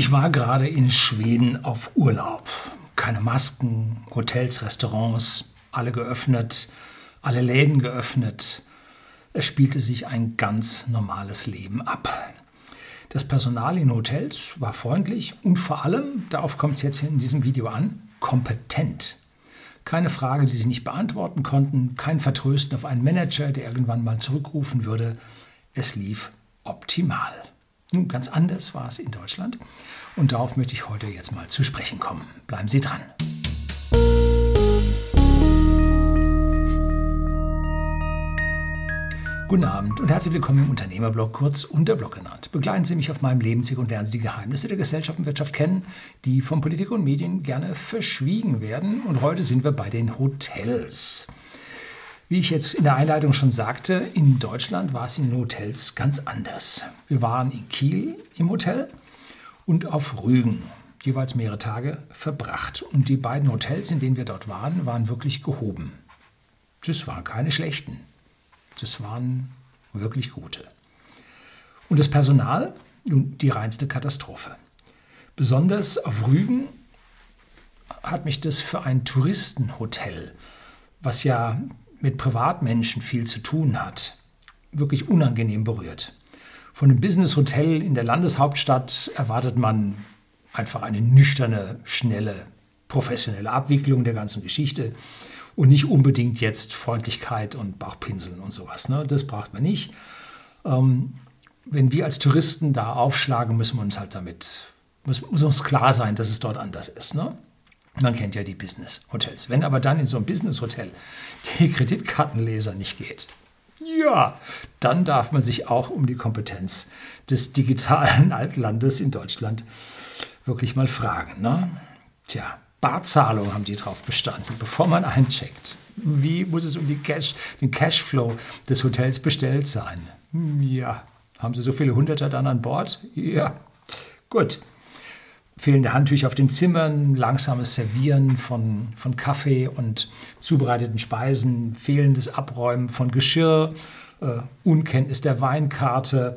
Ich war gerade in Schweden auf Urlaub. Keine Masken, Hotels, Restaurants, alle geöffnet, alle Läden geöffnet. Es spielte sich ein ganz normales Leben ab. Das Personal in Hotels war freundlich und vor allem, darauf kommt es jetzt in diesem Video an, kompetent. Keine Frage, die sie nicht beantworten konnten, kein Vertrösten auf einen Manager, der irgendwann mal zurückrufen würde. Es lief optimal. Nun, ganz anders war es in Deutschland und darauf möchte ich heute jetzt mal zu sprechen kommen. Bleiben Sie dran. Guten Abend und herzlich willkommen im Unternehmerblog, kurz Unterblog genannt. Begleiten Sie mich auf meinem Lebensweg und lernen Sie die Geheimnisse der Gesellschaft und Wirtschaft kennen, die von Politik und Medien gerne verschwiegen werden. Und heute sind wir bei den Hotels. Wie ich jetzt in der Einleitung schon sagte, in Deutschland war es in den Hotels ganz anders. Wir waren in Kiel im Hotel und auf Rügen, jeweils mehrere Tage verbracht. Und die beiden Hotels, in denen wir dort waren, waren wirklich gehoben. Das waren keine schlechten. Das waren wirklich gute. Und das Personal, nun die reinste Katastrophe. Besonders auf Rügen hat mich das für ein Touristenhotel, was ja mit Privatmenschen viel zu tun hat, wirklich unangenehm berührt. Von einem Business-Hotel in der Landeshauptstadt erwartet man einfach eine nüchterne, schnelle, professionelle Abwicklung der ganzen Geschichte und nicht unbedingt jetzt Freundlichkeit und Bauchpinseln und sowas. Ne? Das braucht man nicht. Wenn wir als Touristen da aufschlagen, müssen wir uns halt muss uns klar sein, dass es dort anders ist. Ne? Man kennt ja die Business-Hotels. Wenn aber dann in so einem Business-Hotel die Kreditkartenleser nicht geht, ja, dann darf man sich auch um die Kompetenz des digitalen Altlandes in Deutschland wirklich mal fragen. Ne? Tja, Barzahlung haben die drauf bestanden, bevor man eincheckt. Wie muss es um den Cashflow des Hotels bestellt sein? Ja, haben Sie so viele Hunderter dann an Bord? Ja, gut. Fehlende Handtücher auf den Zimmern, langsames Servieren von Kaffee und zubereiteten Speisen, fehlendes Abräumen von Geschirr, Unkenntnis der Weinkarte.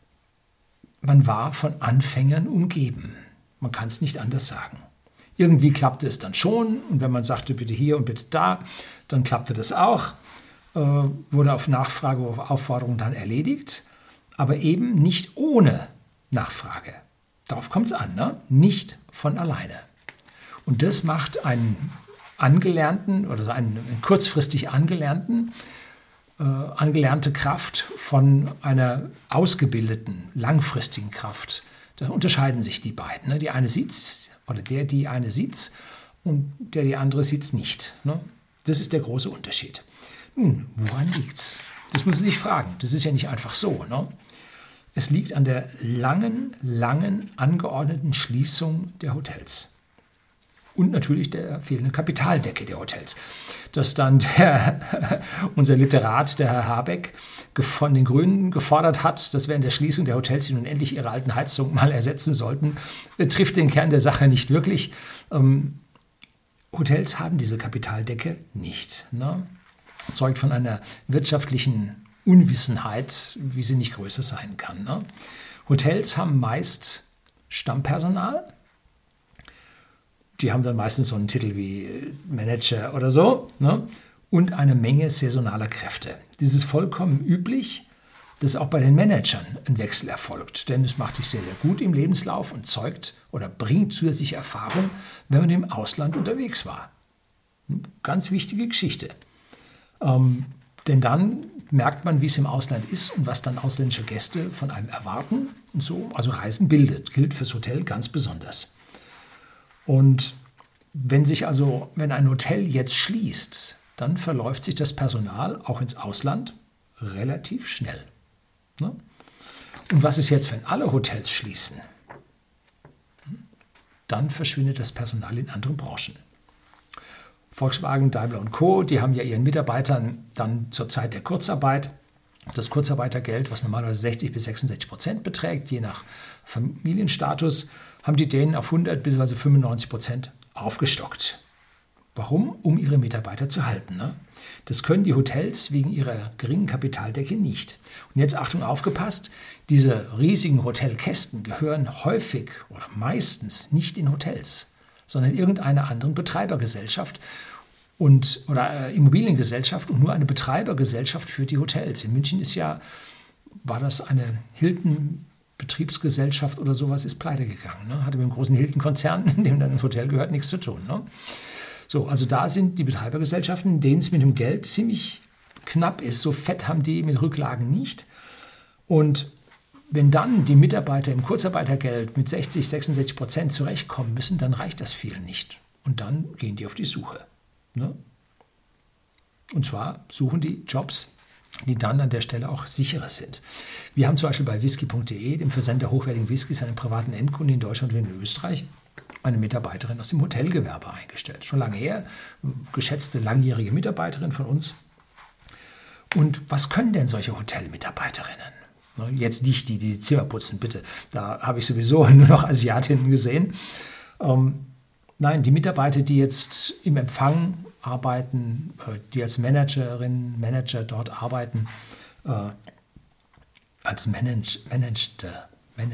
Man war von Anfängern umgeben. Man kann es nicht anders sagen. Irgendwie klappte es dann schon und wenn man sagte, bitte hier und bitte da, dann klappte das auch, wurde auf Nachfrage, auf Aufforderung dann erledigt, aber eben nicht ohne Nachfrage. Darauf kommt es an, ne? Nicht von alleine. Und das macht einen Angelernten oder einen kurzfristig Angelernten, angelernte Kraft von einer ausgebildeten, langfristigen Kraft. Da unterscheiden sich die beiden. Ne? Die eine sieht's oder die eine sieht's und die andere sieht's nicht. Ne? Das ist der große Unterschied. Nun, woran liegt's? Das muss man sich fragen. Das ist ja nicht einfach so. Ne? Es liegt an der langen angeordneten Schließung der Hotels. Und natürlich der fehlenden Kapitaldecke der Hotels. Dass dann unser Literat, der Herr Habeck, von den Grünen gefordert hat, dass während der Schließung der Hotels, die nun endlich ihre alten Heizungen mal ersetzen sollten, trifft den Kern der Sache nicht wirklich. Hotels haben diese Kapitaldecke nicht. Ne? Zeugt von einer wirtschaftlichen Unwissenheit, wie sie nicht größer sein kann. Ne? Hotels haben meist Stammpersonal. Die haben dann meistens so einen Titel wie Manager oder so. Ne? Und eine Menge saisonaler Kräfte. Das ist vollkommen üblich, dass auch bei den Managern ein Wechsel erfolgt. Denn es macht sich sehr, sehr gut im Lebenslauf und zeugt oder bringt zusätzliche Erfahrung, wenn man im Ausland unterwegs war. Ganz wichtige Geschichte. Denn dann merkt man, wie es im Ausland ist und was dann ausländische Gäste von einem erwarten. Und so, also Reisen gilt fürs Hotel ganz besonders. Und wenn ein Hotel jetzt schließt, dann verläuft sich das Personal auch ins Ausland relativ schnell. Ne? Und was ist jetzt, wenn alle Hotels schließen? Dann verschwindet das Personal in anderen Branchen. Volkswagen, Daimler und Co., die haben ja ihren Mitarbeitern dann zur Zeit der Kurzarbeit das Kurzarbeitergeld, was normalerweise 60-66% beträgt, je nach Familienstatus, haben die denen auf 100 bzw. 95% aufgestockt. Warum? Um ihre Mitarbeiter zu halten. Ne? Das können die Hotels wegen ihrer geringen Kapitaldecke nicht. Und jetzt Achtung, aufgepasst, diese riesigen Hotelkästen gehören häufig oder meistens nicht in Hotels, sondern irgendeiner anderen Betreibergesellschaft oder Immobiliengesellschaft, und nur eine Betreibergesellschaft führt die Hotels. In München war das eine Hilton-Betriebsgesellschaft oder sowas, ist pleite gegangen. Ne? Hatte mit einem großen Hilton-Konzern, dem dann das Hotel gehört, nichts zu tun. Ne? So, also da sind die Betreibergesellschaften, denen es mit dem Geld ziemlich knapp ist. So fett haben die mit Rücklagen nicht. Und wenn dann die Mitarbeiter im Kurzarbeitergeld mit 60-66% zurechtkommen müssen, dann reicht das vielen nicht. Und dann gehen die auf die Suche. Ne? Und zwar suchen die Jobs, die dann an der Stelle auch sicherer sind. Wir haben zum Beispiel bei whisky.de, dem Versender hochwertigen Whiskys, einen privaten Endkunden in Deutschland und in Österreich, eine Mitarbeiterin aus dem Hotelgewerbe eingestellt. Schon lange her, geschätzte langjährige Mitarbeiterin von uns. Und was können denn solche Hotelmitarbeiterinnen? Jetzt nicht die Zimmer putzen, bitte. Da habe ich sowieso nur noch Asiatinnen gesehen. Nein, die Mitarbeiter, die jetzt im Empfang arbeiten, die als Manager dort arbeiten, als Managed,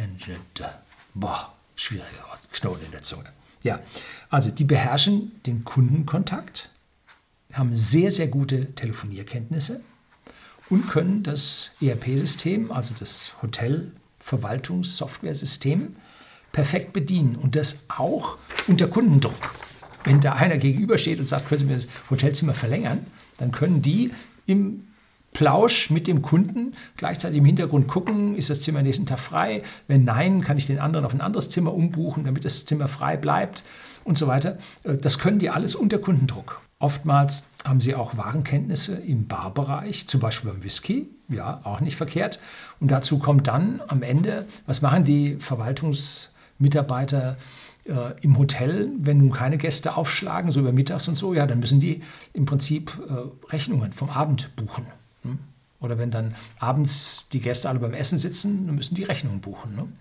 schwieriger Wort, Knoten in der Zunge. Ja, also die beherrschen den Kundenkontakt, haben sehr, sehr gute Telefonierkenntnisse und können das ERP-System, also das Hotelverwaltungssoftware-System, perfekt bedienen. Und das auch unter Kundendruck. Wenn da einer gegenübersteht und sagt, können Sie mir das Hotelzimmer verlängern, dann können die im Plausch mit dem Kunden gleichzeitig im Hintergrund gucken, ist das Zimmer nächsten Tag frei? Wenn nein, kann ich den anderen auf ein anderes Zimmer umbuchen, damit das Zimmer frei bleibt und so weiter. Das können die alles unter Kundendruck. Oftmals haben sie auch Warenkenntnisse im Barbereich, zum Beispiel beim Whisky, ja, auch nicht verkehrt. Und dazu kommt dann am Ende, was machen die Verwaltungsmitarbeiter im Hotel, wenn nun keine Gäste aufschlagen, so über mittags und so, ja, dann müssen die im Prinzip Rechnungen vom Abend buchen. Oder wenn dann abends die Gäste alle beim Essen sitzen, dann müssen die Rechnungen buchen. Ne?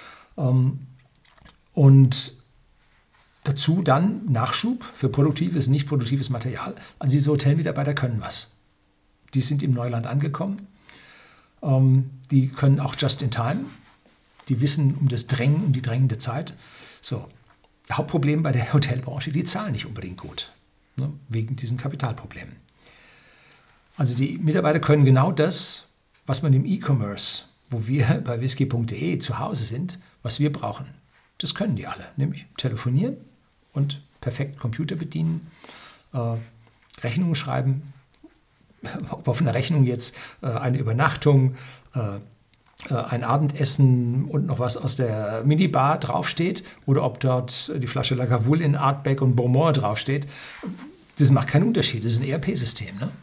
Und dazu dann Nachschub für produktives, nicht produktives Material. Also diese Hotelmitarbeiter können was. Die sind im Neuland angekommen. Die können auch just in time. Die wissen um die drängende Zeit. So, Hauptproblem bei der Hotelbranche, die zahlen nicht unbedingt gut. Ne? Wegen diesen Kapitalproblemen. Also die Mitarbeiter können genau das, was man im E-Commerce, wo wir bei whisky.de zu Hause sind, was wir brauchen. Das können die alle, nämlich telefonieren und perfekt Computer bedienen, Rechnungen schreiben, ob auf einer Rechnung jetzt eine Übernachtung, ein Abendessen und noch was aus der Minibar draufsteht oder ob dort die Flasche Lagavulin, Artback und Beaumont draufsteht. Das macht keinen Unterschied, das ist ein ERP-System, ne?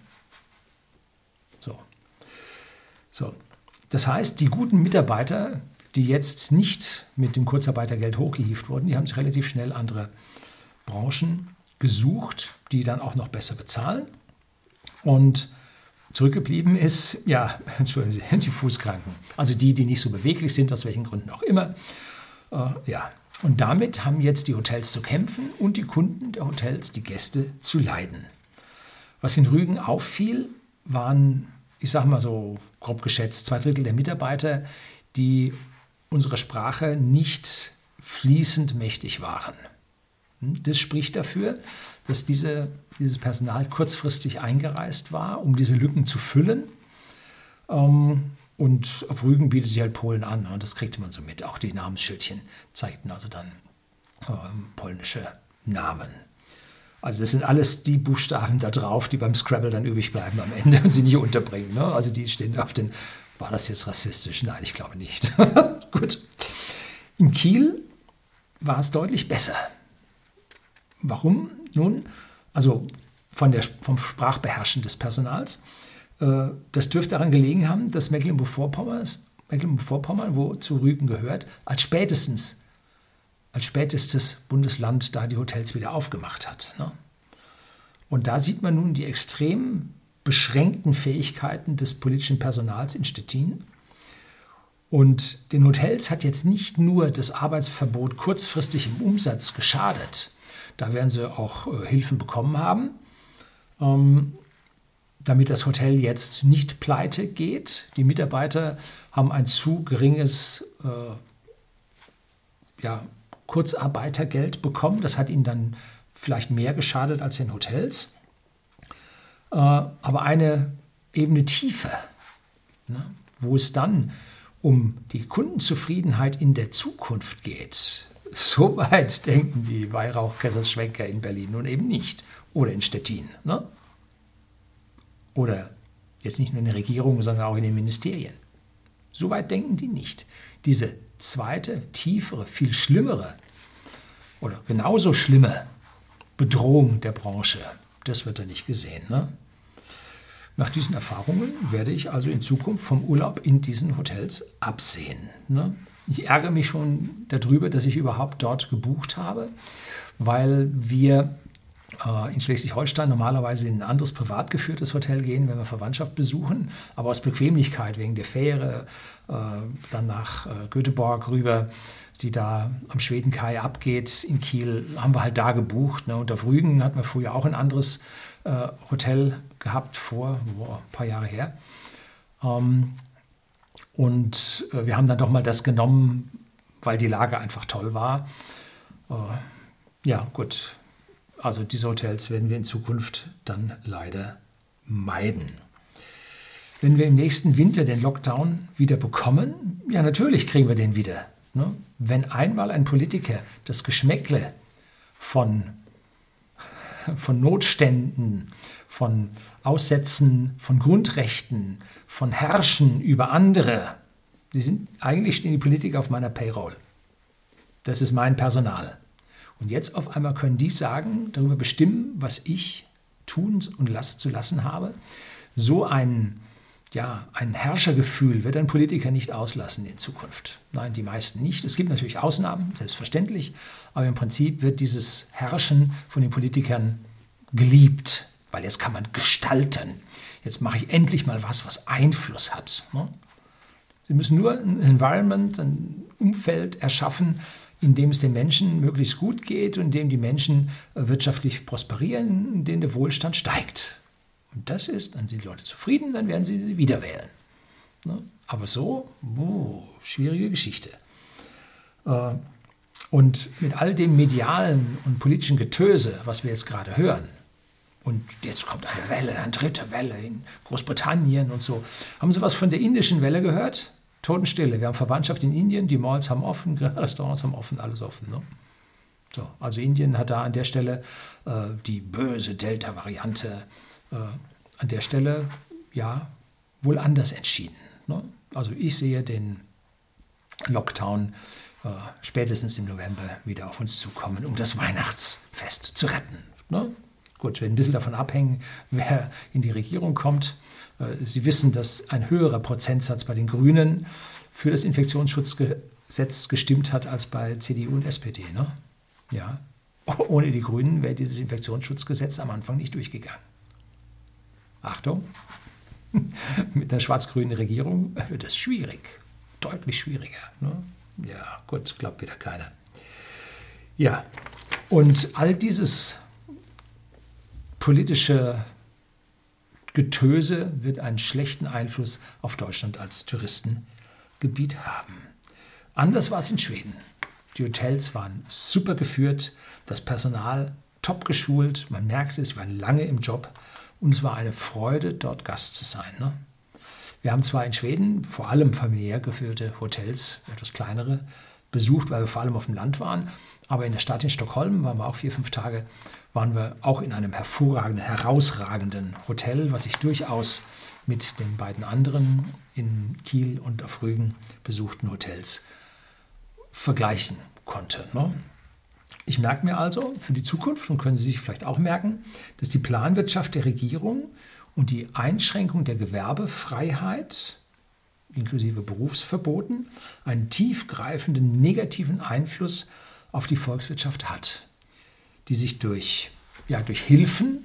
So. Das heißt, die guten Mitarbeiter, die jetzt nicht mit dem Kurzarbeitergeld hochgehievt wurden, die haben sich relativ schnell andere Branchen gesucht, die dann auch noch besser bezahlen. Und zurückgeblieben ist, ja, entschuldigen Sie, die Fußkranken. Also die nicht so beweglich sind, aus welchen Gründen auch immer. Ja. Und damit haben jetzt die Hotels zu kämpfen und die Kunden der Hotels, die Gäste, zu leiden. Was in Rügen auffiel, waren, ich sage mal so grob geschätzt, 2/3 der Mitarbeiter, die unserer Sprache nicht fließend mächtig waren. Das spricht dafür, dass dieses Personal kurzfristig eingereist war, um diese Lücken zu füllen. Und auf Rügen bietet sich halt Polen an. Und das kriegte man so mit. Auch die Namensschildchen zeigten also dann polnische Namen. Also das sind alles die Buchstaben da drauf, die beim Scrabble dann übrig bleiben am Ende und sie nicht unterbringen. Ne? Also die stehen auf den... War das jetzt rassistisch? Nein, ich glaube nicht. Gut. In Kiel war es deutlich besser. Warum? Nun, also vom Sprachbeherrschen des Personals. Das dürfte daran gelegen haben, dass Mecklenburg-Vorpommern, wo zu Rügen gehört, als spätestes Bundesland da die Hotels wieder aufgemacht hat. Ne? Und da sieht man nun die extrem beschränkten Fähigkeiten des politischen Personals in Stettin. Und den Hotels hat jetzt nicht nur das Arbeitsverbot kurzfristig im Umsatz geschadet, Da werden sie auch Hilfen bekommen haben, damit das Hotel jetzt nicht pleite geht. Die Mitarbeiter haben ein zu geringes Kurzarbeitergeld bekommen. Das hat ihnen dann vielleicht mehr geschadet als den Hotels. Aber eine Ebene tiefer, ne, wo es dann um die Kundenzufriedenheit in der Zukunft geht, so weit denken die Weihrauchkesselschwenker in Berlin nun eben nicht. Oder in Stettin. Ne? Oder jetzt nicht nur in der Regierung, sondern auch in den Ministerien. So weit denken die nicht. Diese zweite, tiefere, viel schlimmere oder genauso schlimme Bedrohung der Branche, das wird da nicht gesehen. Ne? Nach diesen Erfahrungen werde ich also in Zukunft vom Urlaub in diesen Hotels absehen. Ne? Ich ärgere mich schon darüber, dass ich überhaupt dort gebucht habe, weil wir in Schleswig-Holstein normalerweise in ein anderes privat geführtes Hotel gehen, wenn wir Verwandtschaft besuchen, aber aus Bequemlichkeit wegen der Fähre dann nach Göteborg rüber, die da am Schwedenkai abgeht in Kiel, haben wir halt da gebucht. Ne? Und auf Rügen hatten wir früher auch ein anderes Hotel gehabt, vor ein paar Jahre her. Und wir haben dann doch mal das genommen, weil die Lage einfach toll war. Ja, gut. Also diese Hotels werden wir in Zukunft dann leider meiden. Wenn wir im nächsten Winter den Lockdown wieder bekommen, ja, natürlich kriegen wir den wieder. Ne? Wenn einmal ein Politiker das Geschmäckle von Notständen, von Aussetzen von Grundrechten, von Herrschen über andere, eigentlich stehen die Politiker auf meiner Payroll. Das ist mein Personal. Und jetzt auf einmal können die sagen, darüber bestimmen, was ich tun und zu lassen habe. So ein Herrschergefühl wird ein Politiker nicht auslassen in Zukunft. Nein, die meisten nicht. Es gibt natürlich Ausnahmen, selbstverständlich. Aber im Prinzip wird dieses Herrschen von den Politikern geliebt. Weil jetzt kann man gestalten. Jetzt mache ich endlich mal was Einfluss hat. Sie müssen nur ein Environment, ein Umfeld erschaffen, in dem es den Menschen möglichst gut geht und in dem die Menschen wirtschaftlich prosperieren, in dem der Wohlstand steigt. Und das ist, dann sind die Leute zufrieden, dann werden sie wieder wählen. Aber so, schwierige Geschichte. Und mit all dem medialen und politischen Getöse, was wir jetzt gerade hören, und jetzt kommt eine Welle, eine dritte Welle in Großbritannien und so. Haben Sie was von der indischen Welle gehört? Totenstille. Wir haben Verwandtschaft in Indien, die Malls haben offen, Restaurants haben offen, alles offen. Ne? So, also Indien hat da an der Stelle die böse Delta-Variante an der Stelle wohl anders entschieden. Ne? Also ich sehe den Lockdown spätestens im November wieder auf uns zukommen, um das Weihnachtsfest zu retten. Ne? Gut, wir werden ein bisschen davon abhängen, wer in die Regierung kommt. Sie wissen, dass ein höherer Prozentsatz bei den Grünen für das Infektionsschutzgesetz gestimmt hat als bei CDU und SPD. Ne? Ja. Ohne die Grünen wäre dieses Infektionsschutzgesetz am Anfang nicht durchgegangen. Achtung, mit einer schwarz-grünen Regierung wird es schwierig, deutlich schwieriger. Ne? Ja, gut, glaubt wieder keiner. Ja, und all dieses politische Getöse wird einen schlechten Einfluss auf Deutschland als Touristengebiet haben. Anders war es in Schweden. Die Hotels waren super geführt, das Personal top geschult, man merkte, sie waren lange im Job und es war eine Freude, dort Gast zu sein. Ne? Wir haben zwar in Schweden vor allem familiär geführte Hotels, etwas kleinere, besucht, weil wir vor allem auf dem Land waren, aber in der Stadt in Stockholm waren wir auch 4-5 Tage, waren wir auch in einem hervorragenden, herausragenden Hotel, was ich durchaus mit den beiden anderen in Kiel und auf Rügen besuchten Hotels vergleichen konnte. Ne? Ich merke mir also für die Zukunft, und können Sie sich vielleicht auch merken, dass die Planwirtschaft der Regierung und die Einschränkung der Gewerbefreiheit inklusive Berufsverboten einen tiefgreifenden negativen Einfluss auf die Volkswirtschaft hat, die sich durch Hilfen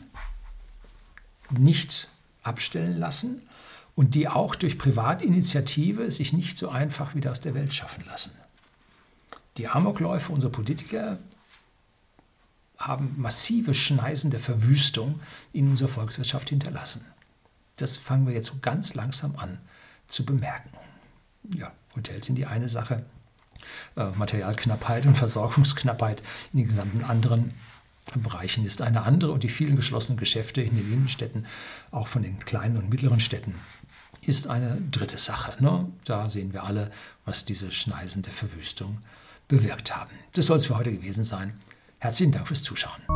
nicht abstellen lassen und die auch durch Privatinitiative sich nicht so einfach wieder aus der Welt schaffen lassen. Die Amokläufe unserer Politiker haben massive Schneisen der Verwüstung in unserer Volkswirtschaft hinterlassen. Das fangen wir jetzt so ganz langsam an zu bemerken. Ja, Hotels sind die eine Sache, Materialknappheit und Versorgungsknappheit in den gesamten anderen Bereichen ist eine andere, und die vielen geschlossenen Geschäfte in den Innenstädten, auch von den kleinen und mittleren Städten, ist eine dritte Sache. Ne? Da sehen wir alle, was diese Schneisen der Verwüstung bewirkt haben. Das soll es für heute gewesen sein. Herzlichen Dank fürs Zuschauen.